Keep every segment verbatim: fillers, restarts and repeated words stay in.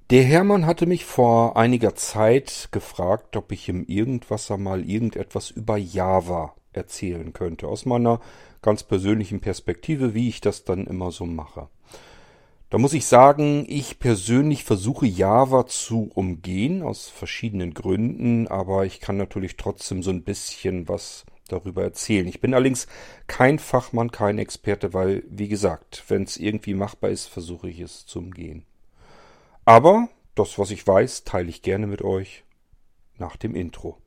Der Hermann hatte mich vor einiger Zeit gefragt, ob ich im Irgendwasser mal irgendetwas über Java erzählen könnte, aus meiner ganz persönlichen Perspektive, wie ich das dann immer so mache. Da muss ich sagen, ich persönlich versuche Java zu umgehen, aus verschiedenen Gründen, aber ich kann natürlich trotzdem so ein bisschen was darüber erzählen. Ich bin allerdings kein Fachmann, kein Experte, weil, wie gesagt, wenn es irgendwie machbar ist, versuche ich es zu umgehen. Aber das, was ich weiß, teile ich gerne mit euch nach dem Intro.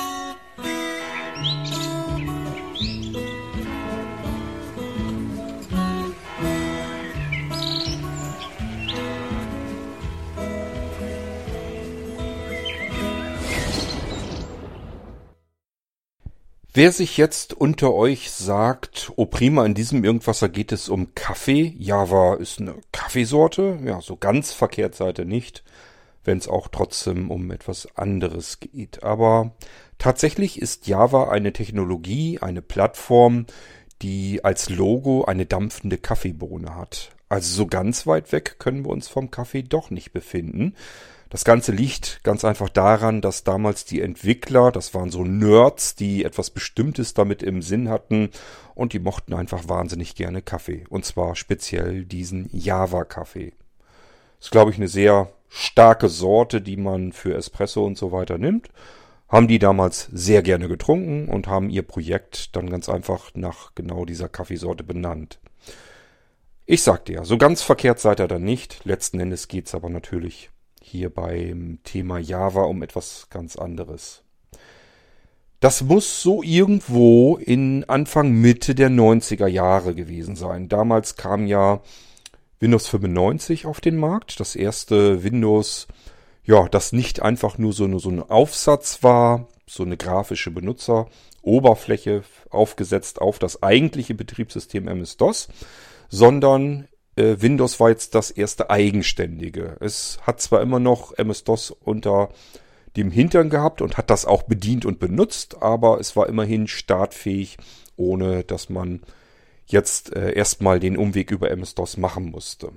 Wer sich jetzt unter euch sagt, oh prima, in diesem Irgendwasser geht es um Kaffee. Java ist eine Kaffeesorte. Ja, so ganz verkehrt seid ihr nicht, wenn es auch trotzdem um etwas anderes geht. Aber tatsächlich ist Java eine Technologie, eine Plattform, die als Logo eine dampfende Kaffeebohne hat. Also so ganz weit weg können wir uns vom Kaffee doch nicht befinden. Das Ganze liegt ganz einfach daran, dass damals die Entwickler, das waren so Nerds, die etwas Bestimmtes damit im Sinn hatten und die mochten einfach wahnsinnig gerne Kaffee. Und zwar speziell diesen Java-Kaffee. Ist, glaube ich, eine sehr starke Sorte, die man für Espresso und so weiter nimmt. Haben die damals sehr gerne getrunken und haben ihr Projekt dann ganz einfach nach genau dieser Kaffeesorte benannt. Ich sagte ja, so ganz verkehrt seid ihr dann nicht. Letzten Endes geht's aber natürlich hier beim Thema Java um etwas ganz anderes. Das muss so irgendwo in Anfang Mitte der neunziger Jahre gewesen sein. Damals kam ja Windows fünfundneunzig auf den Markt. Das erste Windows, ja, das nicht einfach nur so, nur so ein Aufsatz war, so eine grafische Benutzeroberfläche aufgesetzt auf das eigentliche Betriebssystem M S-DOS, sondern Windows war jetzt das erste eigenständige. Es hat zwar immer noch M S-DOS unter dem Hintern gehabt und hat das auch bedient und benutzt, aber es war immerhin startfähig, ohne dass man jetzt äh, erstmal den Umweg über M S-DOS machen musste.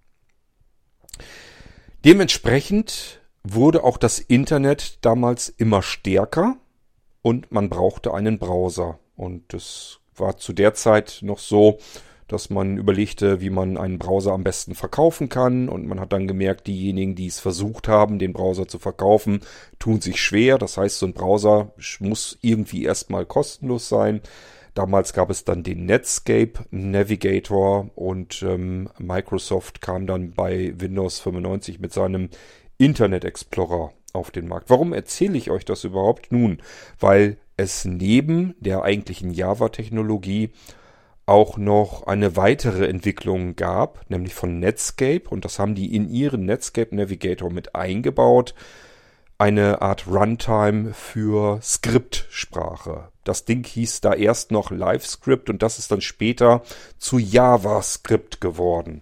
Dementsprechend wurde auch das Internet damals immer stärker und man brauchte einen Browser. Und es war zu der Zeit noch so, dass man überlegte, wie man einen Browser am besten verkaufen kann. Und man hat dann gemerkt, diejenigen, die es versucht haben, den Browser zu verkaufen, tun sich schwer. Das heißt, so ein Browser muss irgendwie erstmal kostenlos sein. Damals gab es dann den Netscape Navigator und ähm, Microsoft kam dann bei Windows fünfundneunzig mit seinem Internet Explorer auf den Markt. Warum erzähle ich euch das überhaupt? Nun, weil es neben der eigentlichen Java-Technologie auch noch eine weitere Entwicklung gab, nämlich von Netscape, und das haben die in ihren Netscape Navigator mit eingebaut, eine Art Runtime für Skriptsprache. Das Ding hieß da erst noch LiveScript und das ist dann später zu JavaScript geworden.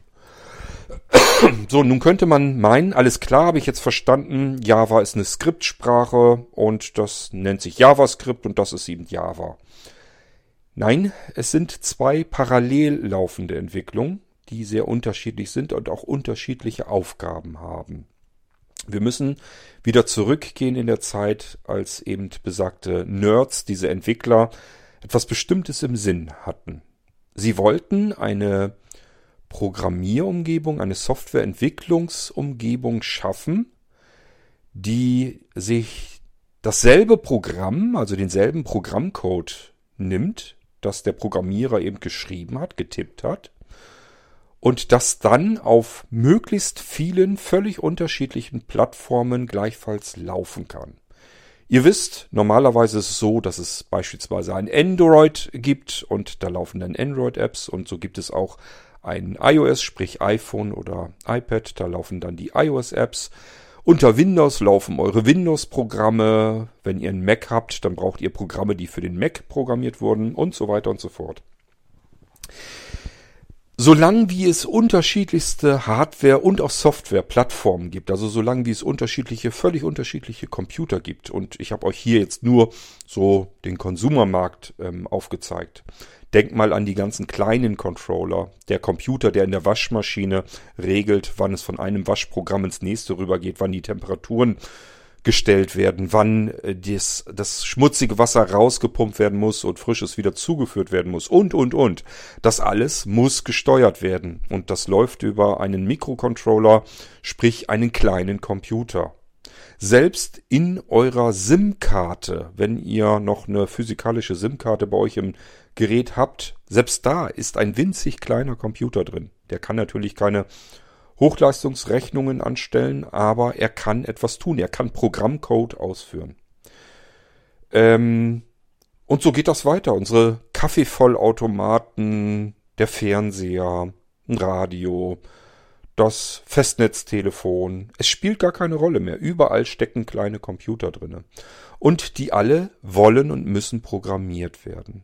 So, nun könnte man meinen, alles klar, habe ich jetzt verstanden, Java ist eine Skriptsprache und das nennt sich JavaScript und das ist eben Java. Nein, es sind zwei parallel laufende Entwicklungen, die sehr unterschiedlich sind und auch unterschiedliche Aufgaben haben. Wir müssen wieder zurückgehen in der Zeit, als eben besagte Nerds, diese Entwickler, etwas Bestimmtes im Sinn hatten. Sie wollten eine Programmierumgebung, eine Softwareentwicklungsumgebung schaffen, die sich dasselbe Programm, also denselben Programmcode nimmt, das der Programmierer eben geschrieben hat, getippt hat, und das dann auf möglichst vielen völlig unterschiedlichen Plattformen gleichfalls laufen kann. Ihr wisst, normalerweise ist es so, dass es beispielsweise ein Android gibt und da laufen dann Android-Apps und so gibt es auch ein iOS, sprich iPhone oder iPad, da laufen dann die iOS-Apps. Unter Windows laufen eure Windows-Programme. Wenn ihr einen Mac habt, dann braucht ihr Programme, die für den Mac programmiert wurden und so weiter und so fort. Solange wie es unterschiedlichste Hardware- und auch Software-Plattformen gibt, also solange wie es unterschiedliche, völlig unterschiedliche Computer gibt, und ich habe euch hier jetzt nur so den Konsumermarkt ähm, aufgezeigt. Denkt mal an die ganzen kleinen Controller, der Computer, der in der Waschmaschine regelt, wann es von einem Waschprogramm ins nächste rübergeht, wann die Temperaturen gestellt werden, wann äh, das, das schmutzige Wasser rausgepumpt werden muss und frisches wieder zugeführt werden muss und, und, und. Das alles muss gesteuert werden und das läuft über einen Mikrocontroller, sprich einen kleinen Computer. Selbst in eurer SIM-Karte, wenn ihr noch eine physikalische SIM-Karte bei euch im Gerät habt, selbst da ist ein winzig kleiner Computer drin. Der kann natürlich keine Hochleistungsrechnungen anstellen, aber er kann etwas tun. Er kann Programmcode ausführen. Ähm, und so geht das weiter. Unsere Kaffeevollautomaten, der Fernseher, ein Radio, das Festnetztelefon. Es spielt gar keine Rolle mehr. Überall stecken kleine Computer drin. Und die alle wollen und müssen programmiert werden.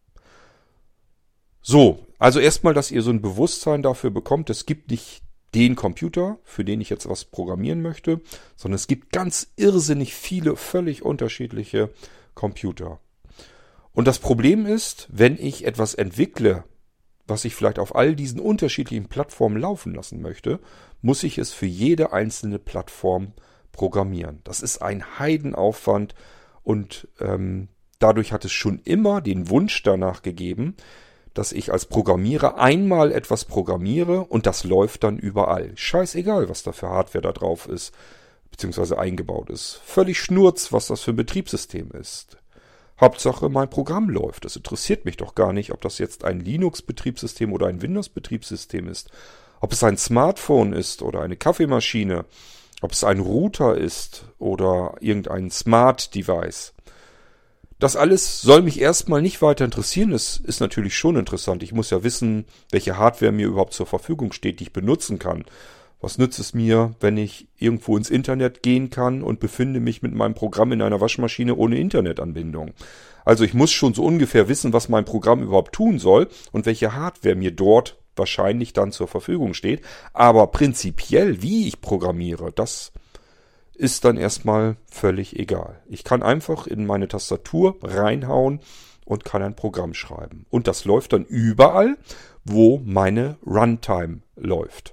So, also erstmal, dass ihr so ein Bewusstsein dafür bekommt, es gibt nicht den Computer, für den ich jetzt was programmieren möchte, sondern es gibt ganz irrsinnig viele völlig unterschiedliche Computer. Und das Problem ist, wenn ich etwas entwickle, was ich vielleicht auf all diesen unterschiedlichen Plattformen laufen lassen möchte, muss ich es für jede einzelne Plattform programmieren. Das ist ein Heidenaufwand und ähm, dadurch hat es schon immer den Wunsch danach gegeben, dass ich als Programmierer einmal etwas programmiere und das läuft dann überall. Scheißegal, was da für Hardware da drauf ist, beziehungsweise eingebaut ist. Völlig schnurz, was das für ein Betriebssystem ist. Hauptsache, mein Programm läuft. Das interessiert mich doch gar nicht, ob das jetzt ein Linux-Betriebssystem oder ein Windows-Betriebssystem ist. Ob es ein Smartphone ist oder eine Kaffeemaschine. Ob es ein Router ist oder irgendein Smart-Device. Das alles soll mich erstmal nicht weiter interessieren. Es ist natürlich schon interessant. Ich muss ja wissen, welche Hardware mir überhaupt zur Verfügung steht, die ich benutzen kann. Was nützt es mir, wenn ich irgendwo ins Internet gehen kann und befinde mich mit meinem Programm in einer Waschmaschine ohne Internetanbindung? Also ich muss schon so ungefähr wissen, was mein Programm überhaupt tun soll und welche Hardware mir dort wahrscheinlich dann zur Verfügung steht. Aber prinzipiell, wie ich programmiere, das ist dann erstmal völlig egal. Ich kann einfach in meine Tastatur reinhauen und kann ein Programm schreiben. Und das läuft dann überall, wo meine Runtime läuft.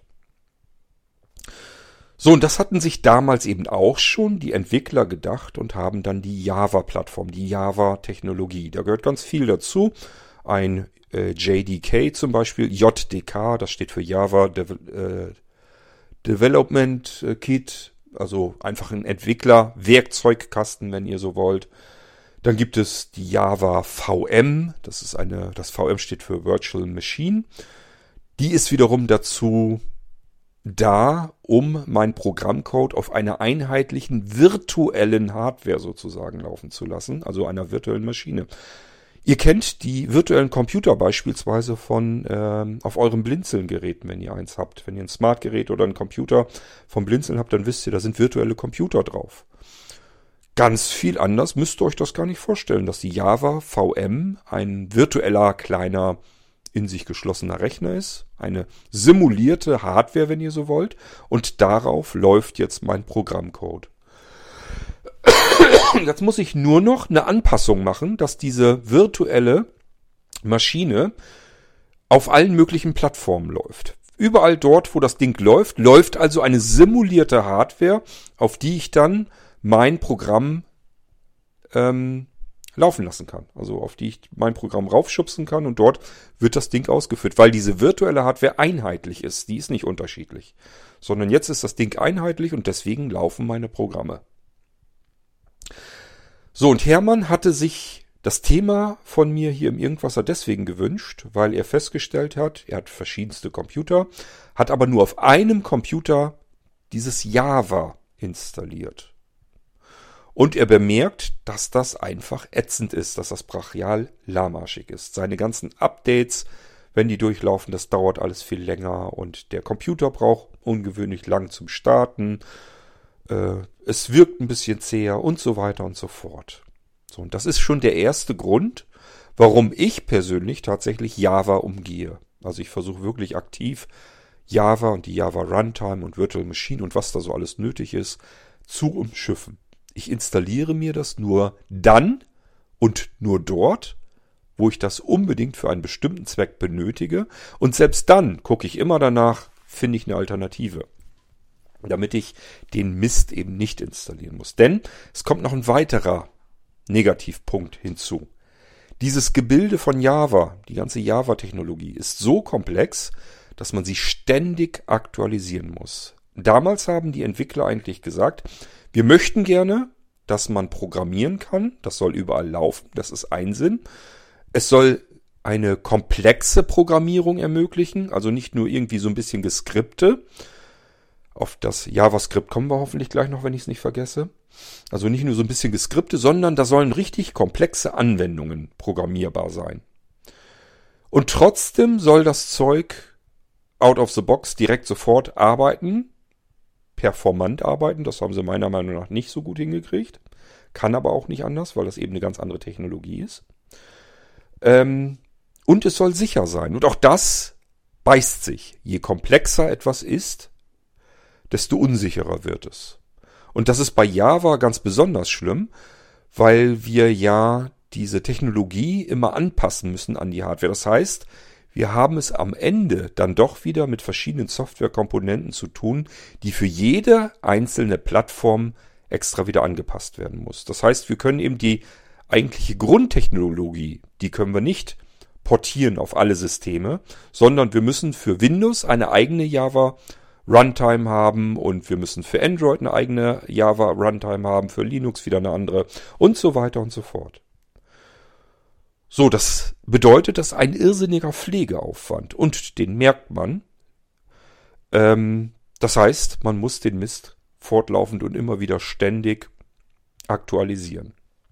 So, und das hatten sich damals eben auch schon die Entwickler gedacht und haben dann die Java-Plattform, die Java-Technologie. Da gehört ganz viel dazu. Ein äh, J D K zum Beispiel, J D K, das steht für Java De- äh, Development Kit, also einfach ein Entwickler-Werkzeugkasten, wenn ihr so wollt. Dann gibt es die Java V M, das ist eine, das V M steht für Virtual Machine. Die ist wiederum dazu da, um meinen Programmcode auf einer einheitlichen virtuellen Hardware sozusagen laufen zu lassen, also einer virtuellen Maschine. Ihr kennt die virtuellen Computer beispielsweise von ähm, auf eurem Blinzeln-Geräten, wenn ihr eins habt. Wenn ihr ein Smart-Gerät oder einen Computer vom Blinzeln habt, dann wisst ihr, da sind virtuelle Computer drauf. Ganz viel anders müsst ihr euch das gar nicht vorstellen, dass die Java V M ein virtueller, kleiner, in sich geschlossener Rechner ist. Eine simulierte Hardware, wenn ihr so wollt. Und darauf läuft jetzt mein Programmcode. Jetzt muss ich nur noch eine Anpassung machen, dass diese virtuelle Maschine auf allen möglichen Plattformen läuft. Überall dort, wo das Ding läuft, läuft also eine simulierte Hardware, auf die ich dann mein Programm ähm, laufen lassen kann. Also auf die ich mein Programm raufschubsen kann und dort wird das Ding ausgeführt, weil diese virtuelle Hardware einheitlich ist. Die ist nicht unterschiedlich, sondern jetzt ist das Ding einheitlich und deswegen laufen meine Programme. So, und Hermann hatte sich das Thema von mir hier im Irgendwasser deswegen gewünscht, weil er festgestellt hat, er hat verschiedenste Computer, hat aber nur auf einem Computer dieses Java installiert. Und er bemerkt, dass das einfach ätzend ist, dass das brachial lahmarschig ist. Seine ganzen Updates, wenn die durchlaufen, das dauert alles viel länger und der Computer braucht ungewöhnlich lang zum Starten. Es wirkt ein bisschen zäher und so weiter und so fort. So, und das ist schon der erste Grund, warum ich persönlich tatsächlich Java umgehe. Also ich versuche wirklich aktiv Java und die Java Runtime und Virtual Machine und was da so alles nötig ist, zu umschiffen. Ich installiere mir das nur dann und nur dort, wo ich das unbedingt für einen bestimmten Zweck benötige. Und selbst dann gucke ich immer danach, finde ich eine Alternative, damit ich den Mist eben nicht installieren muss. Denn es kommt noch ein weiterer Negativpunkt hinzu. Dieses Gebilde von Java, die ganze Java-Technologie, ist so komplex, dass man sie ständig aktualisieren muss. Damals haben die Entwickler eigentlich gesagt, wir möchten gerne, dass man programmieren kann. Das soll überall laufen. Das ist ein Sinn. Es soll eine komplexe Programmierung ermöglichen, also nicht nur irgendwie so ein bisschen Geskripte. Auf das JavaScript kommen wir hoffentlich gleich noch, wenn ich es nicht vergesse. Also nicht nur so ein bisschen Geskripte, sondern da sollen richtig komplexe Anwendungen programmierbar sein. Und trotzdem soll das Zeug out of the box direkt sofort arbeiten, performant arbeiten. Das haben sie meiner Meinung nach nicht so gut hingekriegt. Kann aber auch nicht anders, weil das eben eine ganz andere Technologie ist. Ähm, und es soll sicher sein. Und auch das beißt sich. Je komplexer etwas ist, desto unsicherer wird es. Und das ist bei Java ganz besonders schlimm, weil wir ja diese Technologie immer anpassen müssen an die Hardware. Das heißt, wir haben es am Ende dann doch wieder mit verschiedenen Softwarekomponenten zu tun, die für jede einzelne Plattform extra wieder angepasst werden muss. Das heißt, wir können eben die eigentliche Grundtechnologie, die können wir nicht portieren auf alle Systeme, sondern wir müssen für Windows eine eigene Java Runtime haben und wir müssen für Android eine eigene Java Runtime haben, für Linux wieder eine andere und so weiter und so fort. So, das bedeutet, dass ein irrsinniger Pflegeaufwand und den merkt man. Ähm, das heißt, man muss den Mist fortlaufend und immer wieder ständig aktualisieren.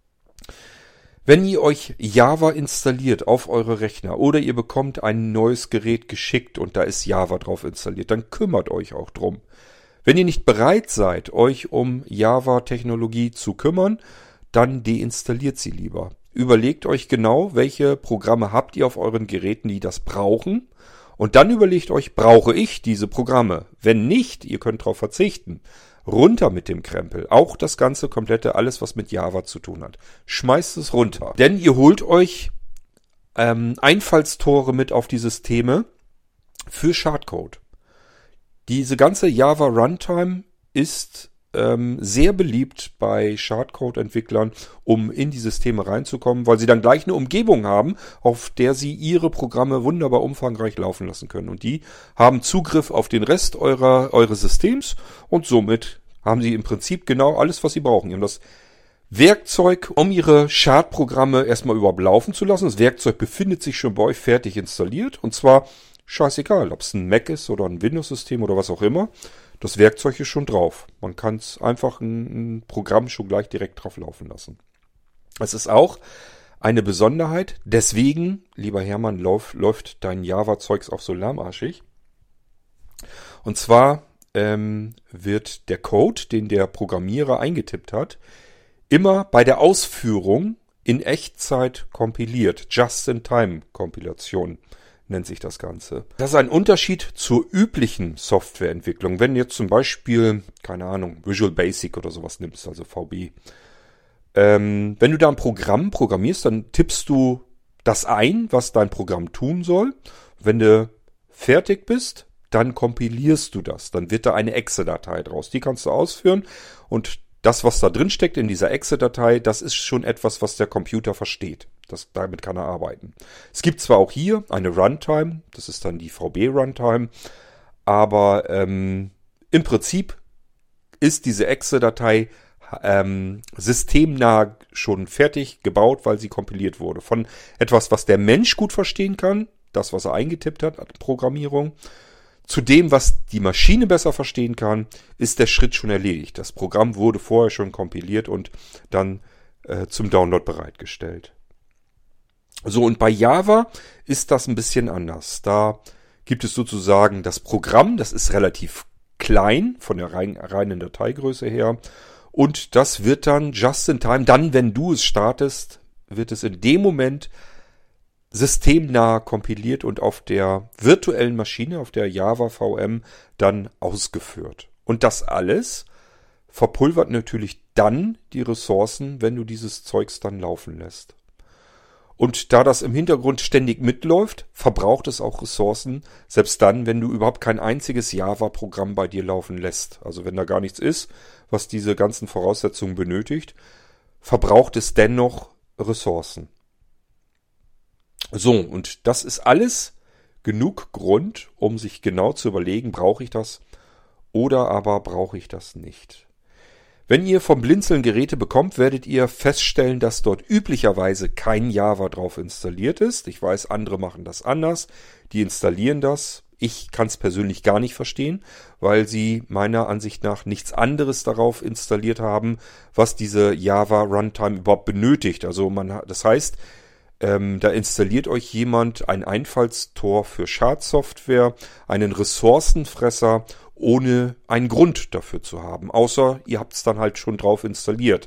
Wenn ihr euch Java installiert auf eure Rechner oder ihr bekommt ein neues Gerät geschickt und da ist Java drauf installiert, dann kümmert euch auch drum. Wenn ihr nicht bereit seid, euch um Java-Technologie zu kümmern, dann deinstalliert sie lieber. Überlegt euch genau, welche Programme habt ihr auf euren Geräten, die das brauchen. Und dann überlegt euch, brauche ich diese Programme? Wenn nicht, ihr könnt darauf verzichten. Runter mit dem Krempel. Auch das ganze komplette, alles was mit Java zu tun hat. Schmeißt es runter. Denn ihr holt euch ähm, Einfallstore mit auf die Systeme für Schadcode. Diese ganze Java Runtime ist ähm, sehr beliebt bei Schadcode-Entwicklern, um in die Systeme reinzukommen, weil sie dann gleich eine Umgebung haben, auf der sie ihre Programme wunderbar umfangreich laufen lassen können. Und die haben Zugriff auf den Rest eurer eures Systems und somit haben sie im Prinzip genau alles, was sie brauchen. Sie haben das Werkzeug, um ihre Schadprogramme erstmal überhaupt laufen zu lassen. Das Werkzeug befindet sich schon bei euch fertig installiert und zwar scheißegal, ob es ein Mac ist oder ein Windows-System oder was auch immer. Das Werkzeug ist schon drauf. Man kann es einfach ein, ein Programm schon gleich direkt drauf laufen lassen. Es ist auch eine Besonderheit. Deswegen, lieber Hermann, lauf, läuft dein Java-Zeugs auch so lahmarschig. Und zwar ähm, wird der Code, den der Programmierer eingetippt hat, immer bei der Ausführung in Echtzeit kompiliert. Just-in-Time-Kompilation nennt sich das Ganze. Das ist ein Unterschied zur üblichen Softwareentwicklung. Wenn du jetzt zum Beispiel, keine Ahnung, Visual Basic oder sowas nimmst, also V B. Ähm, wenn du da ein Programm programmierst, dann tippst du das ein, was dein Programm tun soll. Wenn du fertig bist, dann kompilierst du das. Dann wird da eine Exe-Datei draus. Die kannst du ausführen und das, was da drin steckt in dieser Exe-Datei, das ist schon etwas, was der Computer versteht. Das, damit kann er arbeiten. Es gibt zwar auch hier eine Runtime, das ist dann die V B-Runtime, aber ähm, im Prinzip ist diese Exe-Datei ähm, systemnah schon fertig gebaut, weil sie kompiliert wurde. Von etwas, was der Mensch gut verstehen kann, das, was er eingetippt hat an Programmierung, zu dem, was die Maschine besser verstehen kann, ist der Schritt schon erledigt. Das Programm wurde vorher schon kompiliert und dann äh, zum Download bereitgestellt. So, und bei Java ist das ein bisschen anders. Da gibt es sozusagen das Programm, das ist relativ klein von der rein, reinen Dateigröße her. Und das wird dann just in time, dann wenn du es startest, wird es in dem Moment systemnah kompiliert und auf der virtuellen Maschine, auf der Java V M, dann ausgeführt. Und das alles verpulvert natürlich dann die Ressourcen, wenn du dieses Zeugs dann laufen lässt. Und da das im Hintergrund ständig mitläuft, verbraucht es auch Ressourcen, selbst dann, wenn du überhaupt kein einziges Java-Programm bei dir laufen lässt. Also wenn da gar nichts ist, was diese ganzen Voraussetzungen benötigt, verbraucht es dennoch Ressourcen. So, und das ist alles genug Grund, um sich genau zu überlegen, brauche ich das oder aber brauche ich das nicht. Wenn ihr vom Blinzeln Geräte bekommt, werdet ihr feststellen, dass dort üblicherweise kein Java drauf installiert ist. Ich weiß, andere machen das anders. Die installieren das. Ich kann es persönlich gar nicht verstehen, weil sie meiner Ansicht nach nichts anderes darauf installiert haben, was diese Java Runtime überhaupt benötigt. Also man, das heißt, ähm, da installiert euch jemand ein Einfallstor für Schadsoftware, einen Ressourcenfresser, ohne einen Grund dafür zu haben. Außer ihr habt es dann halt schon drauf installiert.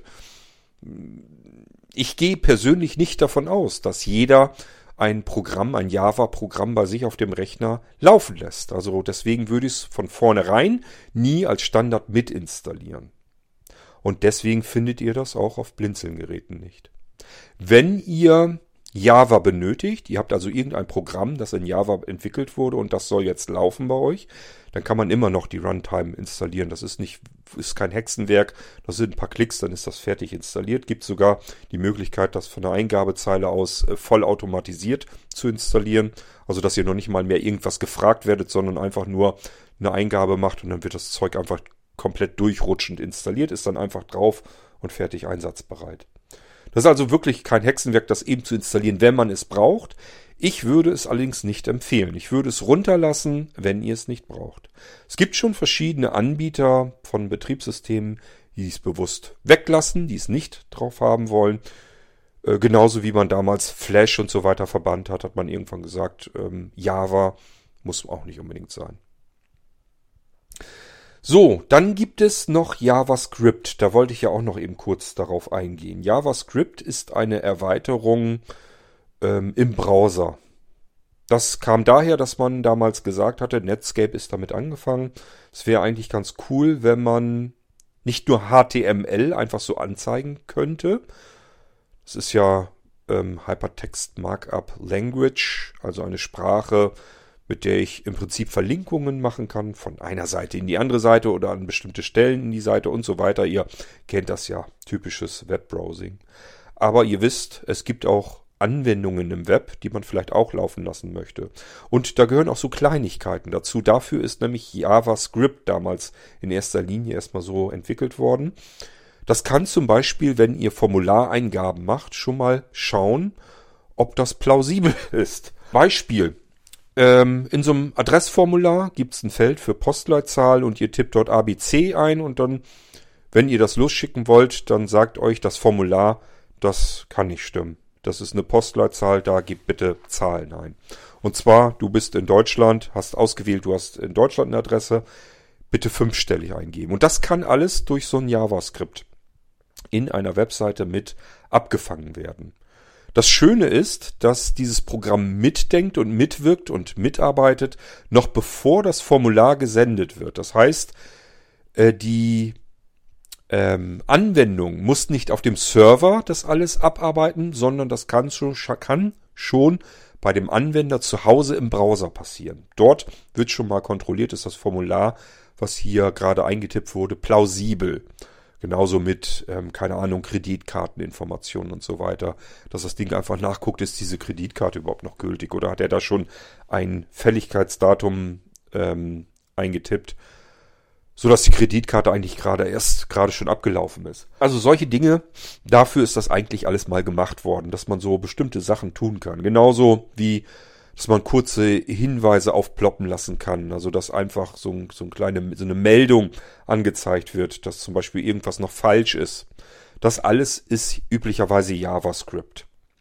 Ich gehe persönlich nicht davon aus, dass jeder ein Programm, ein Java-Programm bei sich auf dem Rechner laufen lässt. Also deswegen würde ich es von vornherein nie als Standard mit installieren. Und deswegen findet ihr das auch auf Blinzeln-Geräten nicht. Wenn ihr Java benötigt, ihr habt also irgendein Programm, das in Java entwickelt wurde und das soll jetzt laufen bei euch, dann kann man immer noch die Runtime installieren. Das ist nicht, ist kein Hexenwerk, das sind ein paar Klicks, dann ist das fertig installiert. Gibt sogar die Möglichkeit, das von der Eingabezeile aus äh, vollautomatisiert zu installieren. Also, dass ihr noch nicht mal mehr irgendwas gefragt werdet, sondern einfach nur eine Eingabe macht und dann wird das Zeug einfach komplett durchrutschend installiert, ist dann einfach drauf und fertig einsatzbereit. Das ist also wirklich kein Hexenwerk, das eben zu installieren, wenn man es braucht. Ich würde es allerdings nicht empfehlen. Ich würde es runterlassen, wenn ihr es nicht braucht. Es gibt schon verschiedene Anbieter von Betriebssystemen, die es bewusst weglassen, die es nicht drauf haben wollen. Äh, genauso wie man damals Flash und so weiter verbannt hat, hat man irgendwann gesagt, ähm, Java muss auch nicht unbedingt sein. So, dann gibt es noch JavaScript. Da wollte ich ja auch noch eben kurz darauf eingehen. JavaScript ist eine Erweiterung ähm, im Browser. Das kam daher, dass man damals gesagt hatte, Netscape ist damit angefangen. Es wäre eigentlich ganz cool, wenn man nicht nur H T M L einfach so anzeigen könnte. Es ist ja ähm, Hypertext Markup Language, also eine Sprache, mit der ich im Prinzip Verlinkungen machen kann, von einer Seite in die andere Seite oder an bestimmte Stellen in die Seite und so weiter. Ihr kennt das ja, typisches Webbrowsing. Aber ihr wisst, es gibt auch Anwendungen im Web, die man vielleicht auch laufen lassen möchte. Und da gehören auch so Kleinigkeiten dazu. Dafür ist nämlich JavaScript damals in erster Linie erstmal so entwickelt worden. Das kann zum Beispiel, wenn ihr Formulareingaben macht, schon mal schauen, ob das plausibel ist. Beispiel. In so einem Adressformular gibt es ein Feld für Postleitzahl und ihr tippt dort A B C ein und dann, wenn ihr das losschicken wollt, dann sagt euch das Formular, das kann nicht stimmen. Das ist eine Postleitzahl, da gebt bitte Zahlen ein. Und zwar, du bist in Deutschland, hast ausgewählt, du hast in Deutschland eine Adresse, bitte fünfstellig eingeben. Und das kann alles durch so ein JavaScript in einer Webseite mit abgefangen werden. Das Schöne ist, dass dieses Programm mitdenkt und mitwirkt und mitarbeitet, noch bevor das Formular gesendet wird. Das heißt, die ähm, Anwendung muss nicht auf dem Server das alles abarbeiten, sondern das kann schon, kann schon bei dem Anwender zu Hause im Browser passieren. Dort wird schon mal kontrolliert, ist das Formular, was hier gerade eingetippt wurde, plausibel. Genauso mit, ähm, keine Ahnung, Kreditkarteninformationen und so weiter. Dass das Ding einfach nachguckt, ist diese Kreditkarte überhaupt noch gültig? Oder hat er da schon ein Fälligkeitsdatum ähm, eingetippt, sodass die Kreditkarte eigentlich gerade erst gerade schon abgelaufen ist? Also solche Dinge, dafür ist das eigentlich alles mal gemacht worden, dass man so bestimmte Sachen tun kann. Genauso wie, dass man kurze Hinweise aufploppen lassen kann. Also dass einfach so, ein, so, ein kleine, so eine Meldung angezeigt wird, dass zum Beispiel irgendwas noch falsch ist. Das alles ist üblicherweise JavaScript.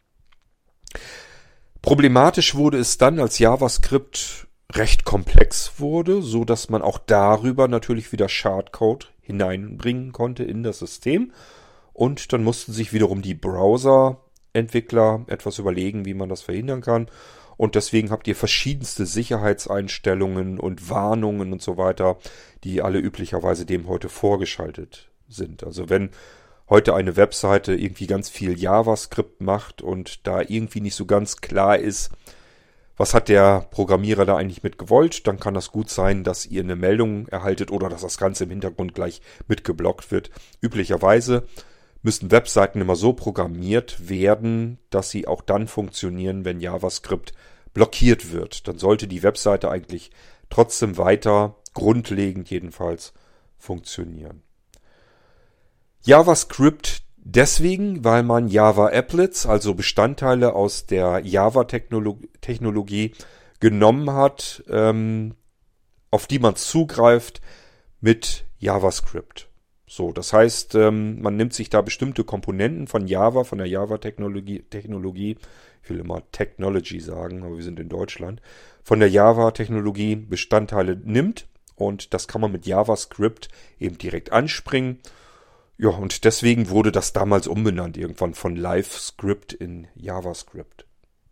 Problematisch wurde es dann, als JavaScript recht komplex wurde, so dass man auch darüber natürlich wieder Schadcode hineinbringen konnte in das System. Und dann mussten sich wiederum die Browser Entwickler etwas überlegen, wie man das verhindern kann. Und deswegen habt ihr verschiedenste Sicherheitseinstellungen und Warnungen und so weiter, die alle üblicherweise dem heute vorgeschaltet sind. Also wenn heute eine Webseite irgendwie ganz viel JavaScript macht und da irgendwie nicht so ganz klar ist, was hat der Programmierer da eigentlich mit gewollt, dann kann das gut sein, dass ihr eine Meldung erhaltet oder dass das Ganze im Hintergrund gleich mitgeblockt wird. Üblicherweise müssen Webseiten immer so programmiert werden, dass sie auch dann funktionieren, wenn JavaScript blockiert wird. Dann sollte die Webseite eigentlich trotzdem weiter, grundlegend jedenfalls, funktionieren. JavaScript deswegen, weil man Java-Applets, also Bestandteile aus der Java-Technologie, genommen hat, ähm, auf die man zugreift mit JavaScript. So, das heißt, ähm, man nimmt sich da bestimmte Komponenten von Java, von der Java-Technologie, Technologie, ich will immer Technology sagen, aber wir sind in Deutschland, von der Java-Technologie Bestandteile nimmt und das kann man mit JavaScript eben direkt anspringen. Ja, und deswegen wurde das damals umbenannt, irgendwann von LiveScript in JavaScript.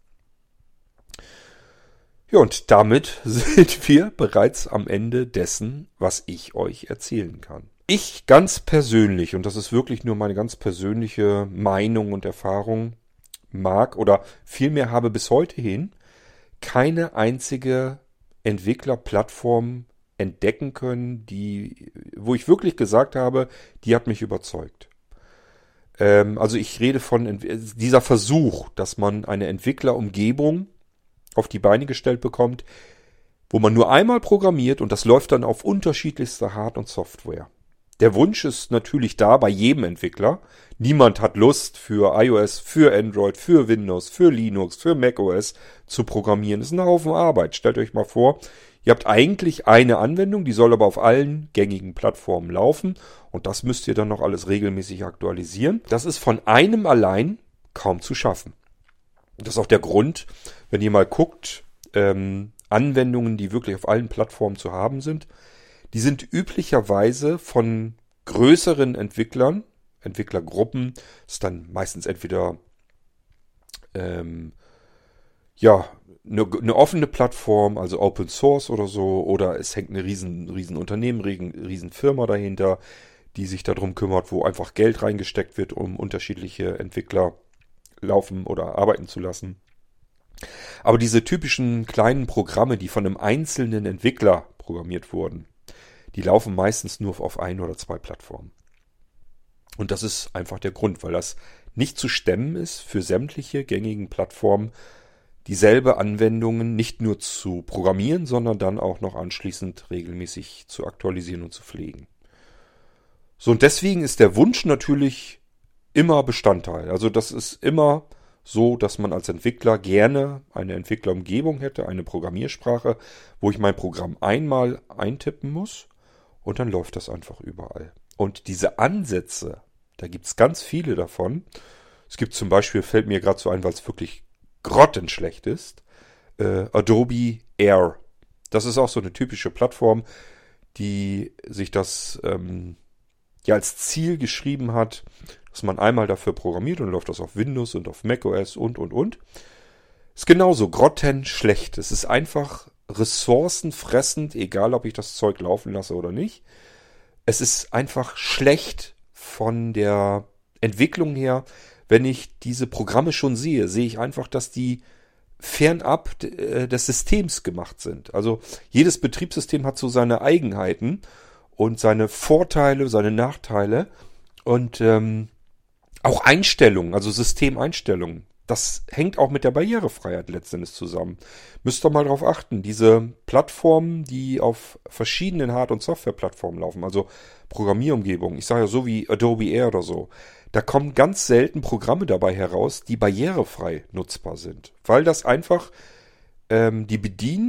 Ja, und damit sind wir bereits am Ende dessen, was ich euch erzählen kann. Ich ganz persönlich, und das ist wirklich nur meine ganz persönliche Meinung und Erfahrung, mag oder vielmehr habe bis heute hin keine einzige Entwicklerplattform entdecken können, die, wo ich wirklich gesagt habe, die hat mich überzeugt. Ähm, also ich rede von dieser Versuch, dass man eine Entwicklerumgebung auf die Beine gestellt bekommt, wo man nur einmal programmiert und das läuft dann auf unterschiedlichster Hard- und Software. Der Wunsch ist natürlich da bei jedem Entwickler. Niemand hat Lust für iOS, für Android, für Windows, für Linux, für macOS zu programmieren. Das ist ein Haufen Arbeit. Stellt euch mal vor, ihr habt eigentlich eine Anwendung, die soll aber auf allen gängigen Plattformen laufen und das müsst ihr dann noch alles regelmäßig aktualisieren. Das ist von einem allein kaum zu schaffen. Das ist auch der Grund, wenn ihr mal guckt, ähm, Anwendungen, die wirklich auf allen Plattformen zu haben sind, die sind üblicherweise von größeren Entwicklern, Entwicklergruppen, das ist dann meistens entweder ähm, ja, eine, eine offene Plattform, also Open Source oder so, oder es hängt eine riesen, riesen Unternehmen, riesen, riesen Firma dahinter, die sich darum kümmert, wo einfach Geld reingesteckt wird, um unterschiedliche Entwickler laufen oder arbeiten zu lassen. Aber diese typischen kleinen Programme, die von einem einzelnen Entwickler programmiert wurden, die laufen meistens nur auf ein oder zwei Plattformen. Und das ist einfach der Grund, weil das nicht zu stemmen ist, für sämtliche gängigen Plattformen dieselbe Anwendungen nicht nur zu programmieren, sondern dann auch noch anschließend regelmäßig zu aktualisieren und zu pflegen. So, und deswegen ist der Wunsch natürlich immer Bestandteil. Also das ist immer so, dass man als Entwickler gerne eine Entwicklerumgebung hätte, eine Programmiersprache, wo ich mein Programm einmal eintippen muss und dann läuft das einfach überall. Und diese Ansätze, da gibt es ganz viele davon. Es gibt zum Beispiel, fällt mir gerade so ein, weil es wirklich grottenschlecht ist, äh, Adobe Air. Das ist auch so eine typische Plattform, die sich das ähm, ja als Ziel geschrieben hat, dass man einmal dafür programmiert und läuft das auf Windows und auf macOS und, und, und. Ist genauso grottenschlecht. Es ist einfach ressourcenfressend, egal ob ich das Zeug laufen lasse oder nicht. Es ist einfach schlecht von der Entwicklung her. Wenn ich diese Programme schon sehe, sehe ich einfach, dass die fernab des Systems gemacht sind. Also jedes Betriebssystem hat so seine Eigenheiten und seine Vorteile, seine Nachteile und ähm, auch Einstellungen, also Systemeinstellungen. Das hängt auch mit der Barrierefreiheit letztendlich zusammen. Müsst ihr mal drauf achten, diese Plattformen, die auf verschiedenen Hard- und Softwareplattformen laufen, also Programmierumgebungen, ich sage ja so wie Adobe Air oder so, da kommen ganz selten Programme dabei heraus, die barrierefrei nutzbar sind. Weil das einfach ähm, die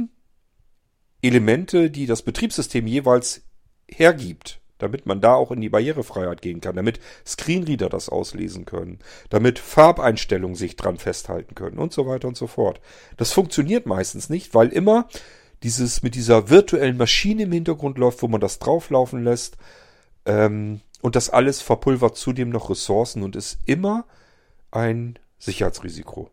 Bedienelemente, die das Betriebssystem jeweils hergibt, damit man da auch in die Barrierefreiheit gehen kann, damit Screenreader das auslesen können, damit Farbeinstellungen sich dran festhalten können und so weiter und so fort. Das funktioniert meistens nicht, weil immer dieses mit dieser virtuellen Maschine im Hintergrund läuft, wo man das drauflaufen lässt, ähm, und das alles verpulvert zudem noch Ressourcen und ist immer ein Sicherheitsrisiko.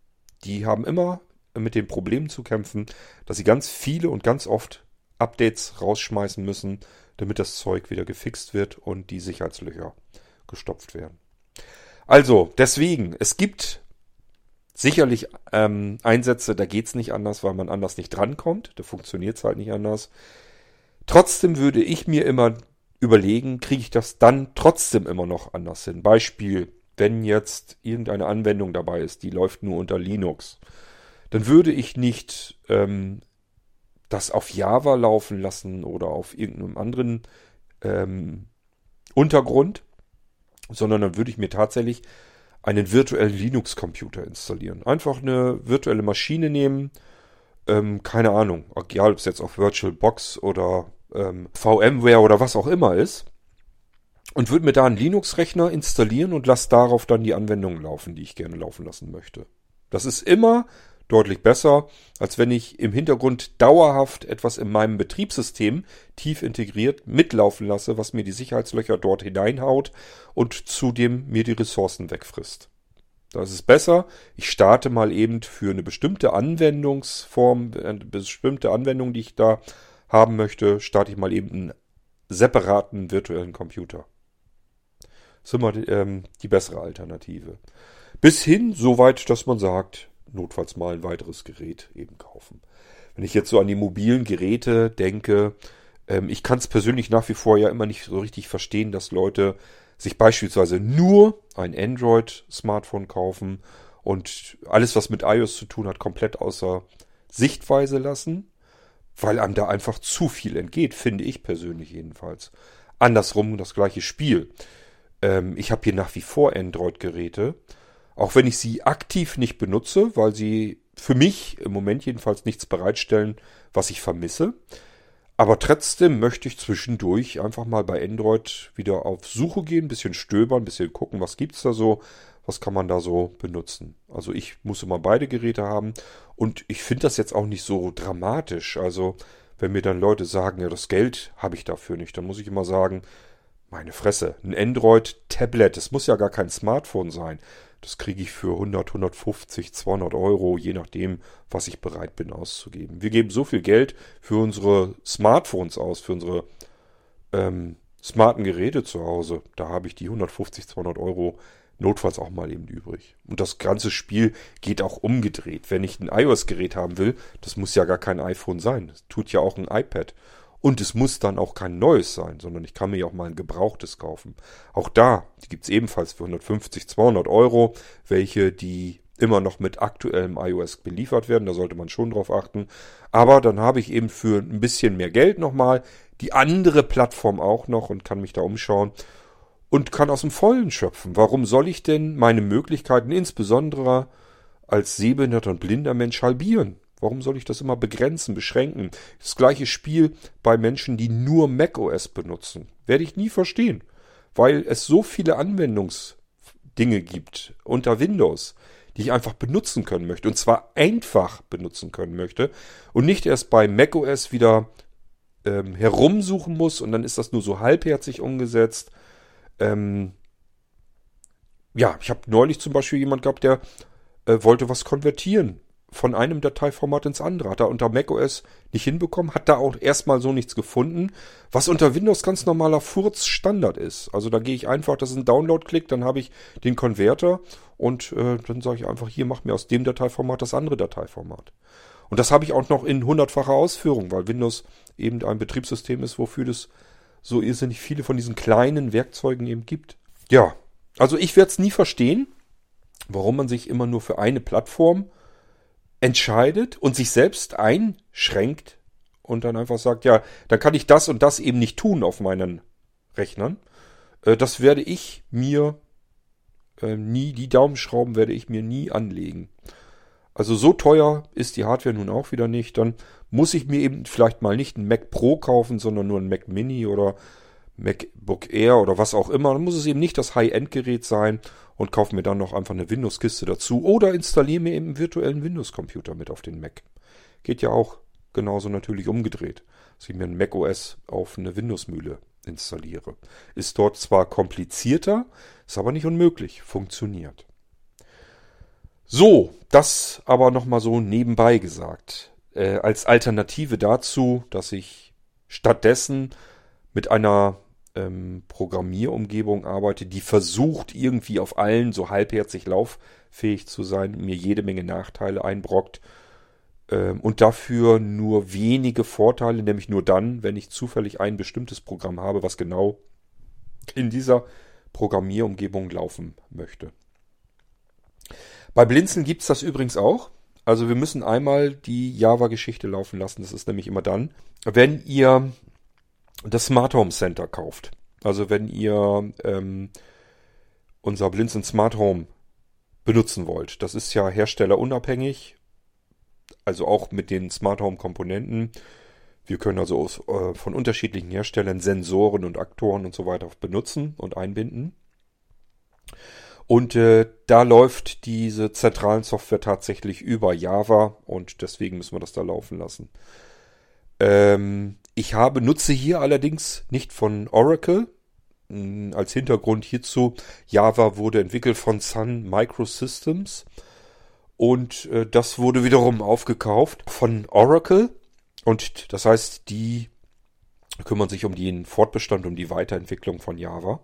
Die haben immer mit den Problemen zu kämpfen, dass sie ganz viele und ganz oft Updates rausschmeißen müssen, damit das Zeug wieder gefixt wird und die Sicherheitslöcher gestopft werden. Also, deswegen, es gibt sicherlich ähm, Einsätze, da geht's nicht anders, weil man anders nicht drankommt. Da funktioniert's halt nicht anders. Trotzdem würde ich mir immer überlegen, kriege ich das dann trotzdem immer noch anders hin. Beispiel, wenn jetzt irgendeine Anwendung dabei ist, die läuft nur unter Linux, dann würde ich nicht ähm, das auf Java laufen lassen oder auf irgendeinem anderen ähm, Untergrund, sondern dann würde ich mir tatsächlich einen virtuellen Linux-Computer installieren. Einfach eine virtuelle Maschine nehmen, ähm, keine Ahnung, egal ob es jetzt auf VirtualBox oder ähm, VMware oder was auch immer ist, und würde mir da einen Linux-Rechner installieren und lasse darauf dann die Anwendungen laufen, die ich gerne laufen lassen möchte. Das ist immer deutlich besser, als wenn ich im Hintergrund dauerhaft etwas in meinem Betriebssystem tief integriert mitlaufen lasse, was mir die Sicherheitslöcher dort hineinhaut und zudem mir die Ressourcen wegfrisst. Da ist es besser, ich starte mal eben für eine bestimmte Anwendungsform, eine bestimmte Anwendung, die ich da haben möchte, starte ich mal eben einen separaten virtuellen Computer. Das ist immer ähm, die bessere Alternative. Bis hin so weit, dass man sagt, notfalls mal ein weiteres Gerät eben kaufen. Wenn ich jetzt so an die mobilen Geräte denke, ähm, ich kann es persönlich nach wie vor ja immer nicht so richtig verstehen, dass Leute sich beispielsweise nur ein Android-Smartphone kaufen und alles, was mit iOS zu tun hat, komplett außer Sichtweise lassen, weil einem da einfach zu viel entgeht, finde ich persönlich jedenfalls. Andersrum das gleiche Spiel. Ähm, ich habe hier nach wie vor Android-Geräte, auch wenn ich sie aktiv nicht benutze, weil sie für mich im Moment jedenfalls nichts bereitstellen, was ich vermisse. Aber trotzdem möchte ich zwischendurch einfach mal bei Android wieder auf Suche gehen, ein bisschen stöbern, ein bisschen gucken, was gibt's da so, was kann man da so benutzen. Also ich muss immer beide Geräte haben und ich finde das jetzt auch nicht so dramatisch. Also wenn mir dann Leute sagen, ja, das Geld habe ich dafür nicht, dann muss ich immer sagen, meine Fresse, ein Android-Tablet, das muss ja gar kein Smartphone sein. Das kriege ich für hundert, hundertfünfzig, zweihundert Euro, je nachdem, was ich bereit bin auszugeben. Wir geben so viel Geld für unsere Smartphones aus, für unsere ähm, smarten Geräte zu Hause. Da habe ich die hundertfünfzig, zweihundert Euro notfalls auch mal eben übrig. Und das ganze Spiel geht auch umgedreht. Wenn ich ein iOS-Gerät haben will, das muss ja gar kein iPhone sein. Das tut ja auch ein iPad. Und es muss dann auch kein neues sein, sondern ich kann mir ja auch mal ein gebrauchtes kaufen. Auch da, die gibt es ebenfalls für hundertfünfzig, zweihundert Euro, welche die immer noch mit aktuellem iOS beliefert werden. Da sollte man schon drauf achten. Aber dann habe ich eben für ein bisschen mehr Geld nochmal die andere Plattform auch noch und kann mich da umschauen und kann aus dem Vollen schöpfen. Warum soll ich denn meine Möglichkeiten, insbesondere als sehbehinderter und blinder Mensch, halbieren? Warum soll ich das immer begrenzen, beschränken? Das gleiche Spiel bei Menschen, die nur macOS benutzen. Werde ich nie verstehen, weil es so viele Anwendungsdinge gibt unter Windows, die ich einfach benutzen können möchte. Und zwar einfach benutzen können möchte und nicht erst bei macOS wieder ähm, herumsuchen muss und dann ist das nur so halbherzig umgesetzt. Ähm, ja, ich habe neulich zum Beispiel jemand gehabt, der äh, wollte was konvertieren von einem Dateiformat ins andere. Hat er unter macOS nicht hinbekommen, hat da auch erstmal so nichts gefunden, was unter Windows ganz normaler Furz-Standard ist. Also da gehe ich einfach, das ist ein Download-Klick, dann habe ich den Konverter und äh, dann sage ich einfach, hier, mach mir aus dem Dateiformat das andere Dateiformat. Und das habe ich auch noch in hundertfacher Ausführung, weil Windows eben ein Betriebssystem ist, wofür es so irrsinnig viele von diesen kleinen Werkzeugen eben gibt. Ja, also ich werde es nie verstehen, warum man sich immer nur für eine Plattform entscheidet und sich selbst einschränkt und dann einfach sagt, ja, dann kann ich das und das eben nicht tun auf meinen Rechnern. Äh, das werde ich mir äh, nie, die Daumenschrauben werde ich mir nie anlegen. Also so teuer ist die Hardware nun auch wieder nicht. Dann muss ich mir eben vielleicht mal nicht einen Mac Pro kaufen, sondern nur einen Mac Mini oder MacBook Air oder was auch immer. Dann muss es eben nicht das High-End-Gerät sein und kaufe mir dann noch einfach eine Windows-Kiste dazu oder installiere mir eben einen virtuellen Windows-Computer mit auf den Mac. Geht ja auch genauso natürlich umgedreht, dass ich mir ein macOS auf eine Windows-Mühle installiere. Ist dort zwar komplizierter, ist aber nicht unmöglich, funktioniert. So, das aber nochmal so nebenbei gesagt. Äh, als Alternative dazu, dass ich stattdessen mit einer ähm, Programmierumgebung arbeite, die versucht irgendwie auf allen so halbherzig lauffähig zu sein, mir jede Menge Nachteile einbrockt ähm, und dafür nur wenige Vorteile, nämlich nur dann, wenn ich zufällig ein bestimmtes Programm habe, was genau in dieser Programmierumgebung laufen möchte. Bei Blinzeln gibt es das übrigens auch. Also wir müssen einmal die Java-Geschichte laufen lassen. Das ist nämlich immer dann, wenn ihr das Smart Home Center kauft. Also wenn ihr ähm, unser Blinzeln Smart Home benutzen wollt. Das ist ja herstellerunabhängig. Also auch mit den Smart Home Komponenten. Wir können also aus, äh, von unterschiedlichen Herstellern Sensoren und Aktoren und so weiter benutzen und einbinden. Und äh, da läuft diese zentralen Software tatsächlich über Java und deswegen müssen wir das da laufen lassen. Ähm, ich habe nutze hier allerdings nicht von Oracle. Hm, als Hintergrund hierzu, Java wurde entwickelt von Sun Microsystems und äh, das wurde wiederum aufgekauft von Oracle und das heißt, die kümmern sich um den Fortbestand, um die Weiterentwicklung von Java.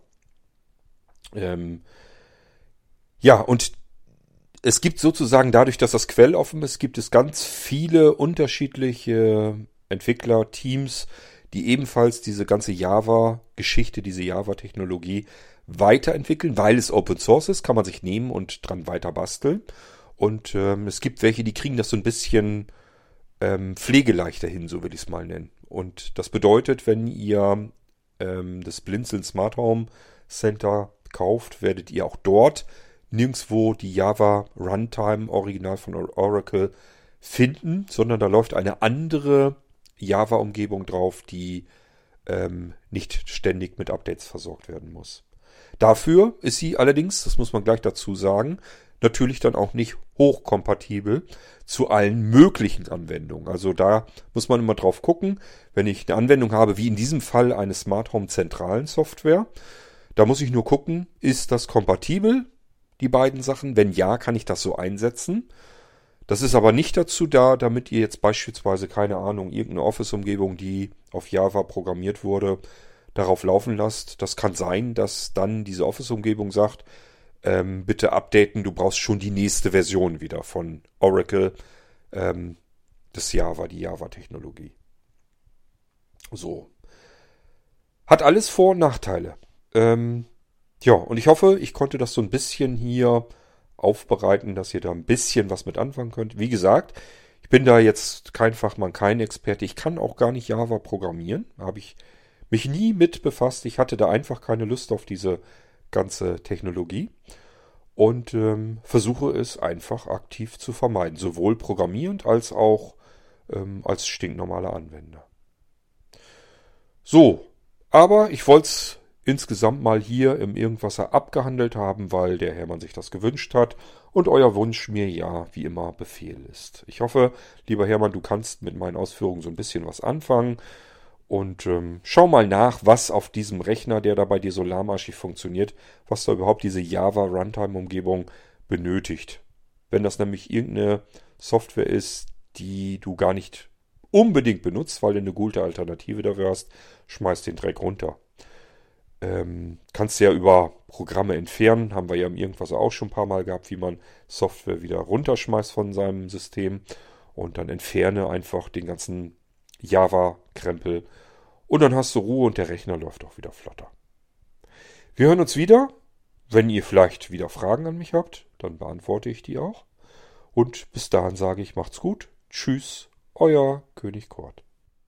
Ähm, Ja, und es gibt sozusagen dadurch, dass das quelloffen ist, gibt es ganz viele unterschiedliche Entwicklerteams, die ebenfalls diese ganze Java-Geschichte, diese Java-Technologie weiterentwickeln. Weil es Open Source ist, kann man sich nehmen und dran weiter basteln. Und ähm, es gibt welche, die kriegen das so ein bisschen ähm, pflegeleichter hin, so will ich es mal nennen. Und das bedeutet, wenn ihr ähm, das Blinzeln Smart Home Center kauft, werdet ihr auch dort nirgendwo die Java Runtime Original von Oracle finden, sondern da läuft eine andere Java-Umgebung drauf, die ähm, nicht ständig mit Updates versorgt werden muss. Dafür ist sie allerdings, das muss man gleich dazu sagen, natürlich dann auch nicht hochkompatibel zu allen möglichen Anwendungen. Also da muss man immer drauf gucken, wenn ich eine Anwendung habe, wie in diesem Fall eine Smart Home zentralen Software, da muss ich nur gucken, ist das kompatibel, die beiden Sachen? Wenn ja, kann ich das so einsetzen. Das ist aber nicht dazu da, damit ihr jetzt beispielsweise, keine Ahnung, irgendeine Office-Umgebung, die auf Java programmiert wurde, darauf laufen lasst. Das kann sein, dass dann diese Office-Umgebung sagt, ähm, bitte updaten, du brauchst schon die nächste Version wieder von Oracle, ähm, das Java, die Java-Technologie. So. Hat alles Vor- und Nachteile. Ähm, Ja, und ich hoffe, ich konnte das so ein bisschen hier aufbereiten, dass ihr da ein bisschen was mit anfangen könnt. Wie gesagt, ich bin da jetzt kein Fachmann, kein Experte. Ich kann auch gar nicht Java programmieren. Da habe ich mich nie mit befasst. Ich hatte da einfach keine Lust auf diese ganze Technologie und ähm, versuche es einfach aktiv zu vermeiden. Sowohl programmierend als auch ähm, als stinknormaler Anwender. So, aber ich wollte es insgesamt mal hier im Irgendwasser abgehandelt haben, weil der Hermann sich das gewünscht hat und euer Wunsch mir ja wie immer Befehl ist. Ich hoffe, lieber Hermann, du kannst mit meinen Ausführungen so ein bisschen was anfangen und ähm, schau mal nach, was auf diesem Rechner, der da bei dir so lahmarschig funktioniert, was da überhaupt diese Java Runtime Umgebung benötigt. Wenn das nämlich irgendeine Software ist, die du gar nicht unbedingt benutzt, weil du eine gute Alternative dafür hast, schmeiß den Dreck runter. Ähm, kannst du ja über Programme entfernen, haben wir ja im Irgendwas auch schon ein paar Mal gehabt, wie man Software wieder runterschmeißt von seinem System und dann entferne einfach den ganzen Java-Krempel und dann hast du Ruhe und der Rechner läuft auch wieder flotter. Wir hören uns wieder. Wenn ihr vielleicht wieder Fragen an mich habt, dann beantworte ich die auch. Und bis dahin sage ich, macht's gut. Tschüss, euer König Kurt.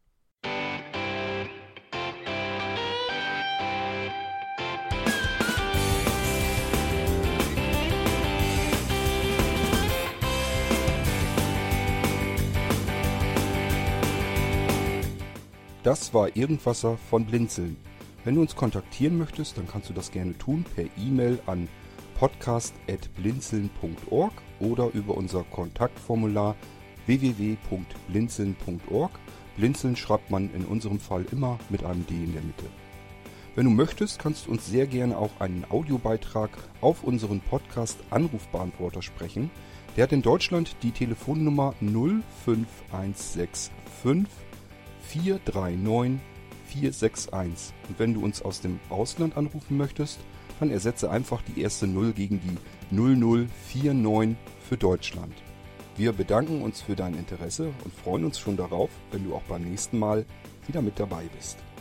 Das war Irgendwasser von Blinzeln. Wenn du uns kontaktieren möchtest, dann kannst du das gerne tun per E-Mail an podcast at blinzeln punkt org oder über unser Kontaktformular w w w punkt blinzeln punkt org. Blinzeln schreibt man in unserem Fall immer mit einem D in der Mitte. Wenn du möchtest, kannst du uns sehr gerne auch einen Audiobeitrag auf unseren Podcast Anrufbeantworter sprechen. Der hat in Deutschland die Telefonnummer null fünf eins sechs fünf vier drei neun vier sechs eins. Und wenn du uns aus dem Ausland anrufen möchtest, dann ersetze einfach die erste null gegen die null null vier neun für Deutschland. Wir bedanken uns für dein Interesse und freuen uns schon darauf, wenn du auch beim nächsten Mal wieder mit dabei bist.